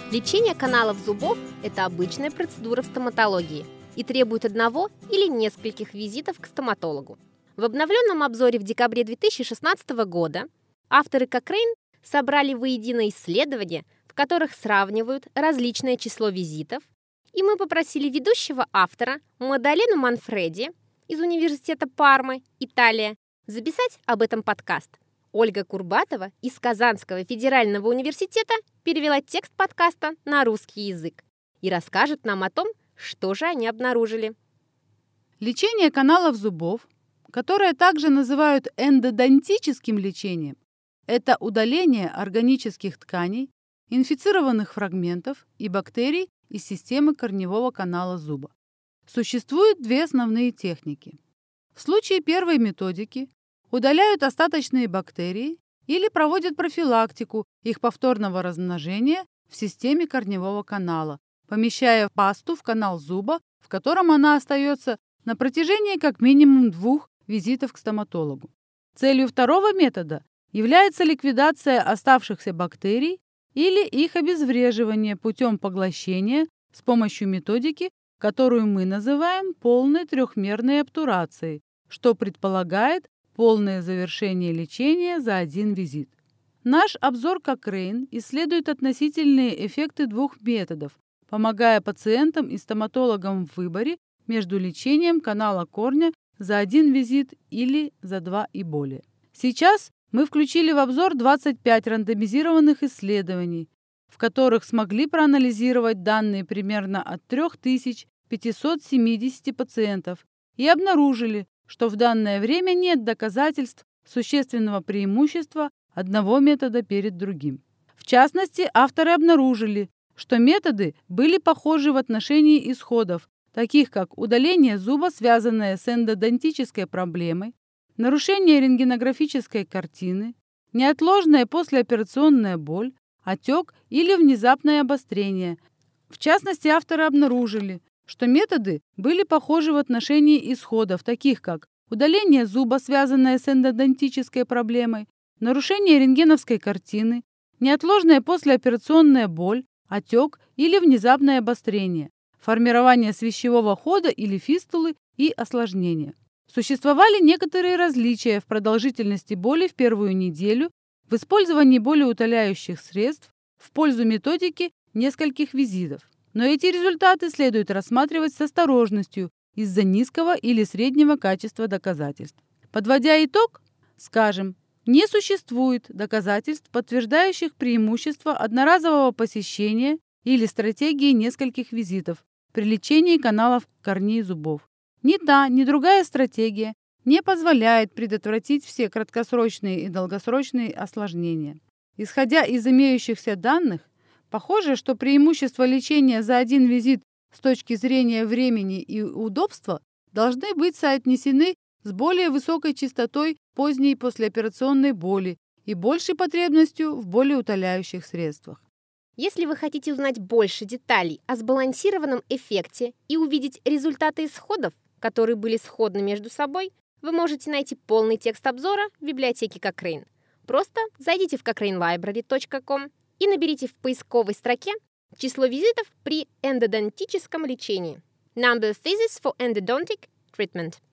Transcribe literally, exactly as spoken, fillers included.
Лечение каналов зубов – это обычная процедура в стоматологии и требует одного или нескольких визитов к стоматологу. В обновленном обзоре в декабре две тысячи шестнадцатого года авторы Cochrane собрали воедино исследования, в которых сравнивают различное число визитов, и мы попросили ведущего автора Маддалену Манфреди из Университета Пармы, Италия, записать об этом подкаст. Ольга Курбатова из Казанского федерального университета перевела текст подкаста на русский язык и расскажет нам о том, что же они обнаружили. Лечение каналов зубов, которое также называют эндодонтическим лечением, это удаление органических тканей, инфицированных фрагментов и бактерий из системы корневого канала зуба. Существуют две основные техники. В случае первой методики удаляют остаточные бактерии или проводят профилактику их повторного размножения в системе корневого канала, помещая пасту в канал зуба, в котором она остается на протяжении как минимум двух визитов к стоматологу. Целью второго метода является ликвидация оставшихся бактерий или их обезвреживание путем поглощения с помощью методики, которую мы называем полной трехмерной обтурацией, что предполагает полное завершение лечения за один визит. Наш обзор Cochrane исследует относительные эффекты двух методов, помогая пациентам и стоматологам в выборе между лечением канала корня за один визит или за два и более. Сейчас мы включили в обзор двадцать пять рандомизированных исследований, в которых смогли проанализировать данные примерно от три тысячи пятьсот семьдесят пациентов и обнаружили, что в данное время нет доказательств существенного преимущества одного метода перед другим. В частности, авторы обнаружили, что методы были похожи в отношении исходов, таких как удаление зуба, связанное с эндодонтической проблемой, нарушение рентгенографической картины, неотложная послеоперационная боль, отек или внезапное обострение. В частности, авторы обнаружили, что методы были похожи в отношении исходов, таких как удаление зуба, связанное с эндодонтической проблемой, нарушение рентгеновской картины, неотложная послеоперационная боль, отек или внезапное обострение, формирование свищевого хода или фистулы и осложнения. Существовали некоторые различия в продолжительности боли в первую неделю, в использовании болеутоляющих средств в пользу методики нескольких визитов. Но эти результаты следует рассматривать с осторожностью из-за низкого или среднего качества доказательств. Подводя итог, скажем, не существует доказательств, подтверждающих преимущество одноразового посещения или стратегии нескольких визитов при лечении каналов корней зубов. Ни та, ни другая стратегия не позволяет предотвратить все краткосрочные и долгосрочные осложнения. Исходя из имеющихся данных, похоже, что преимущества лечения за один визит с точки зрения времени и удобства должны быть соотнесены с более высокой частотой поздней послеоперационной боли и большей потребностью в болеутоляющих средствах. Если вы хотите узнать больше деталей о сбалансированном эффекте и увидеть результаты исходов, которые были сходны между собой, вы можете найти полный текст обзора в библиотеке Cochrane. Просто зайдите в cochrane library точка com и наберите в поисковой строке число визитов при эндодонтическом лечении. Number of visits for endodontic treatment.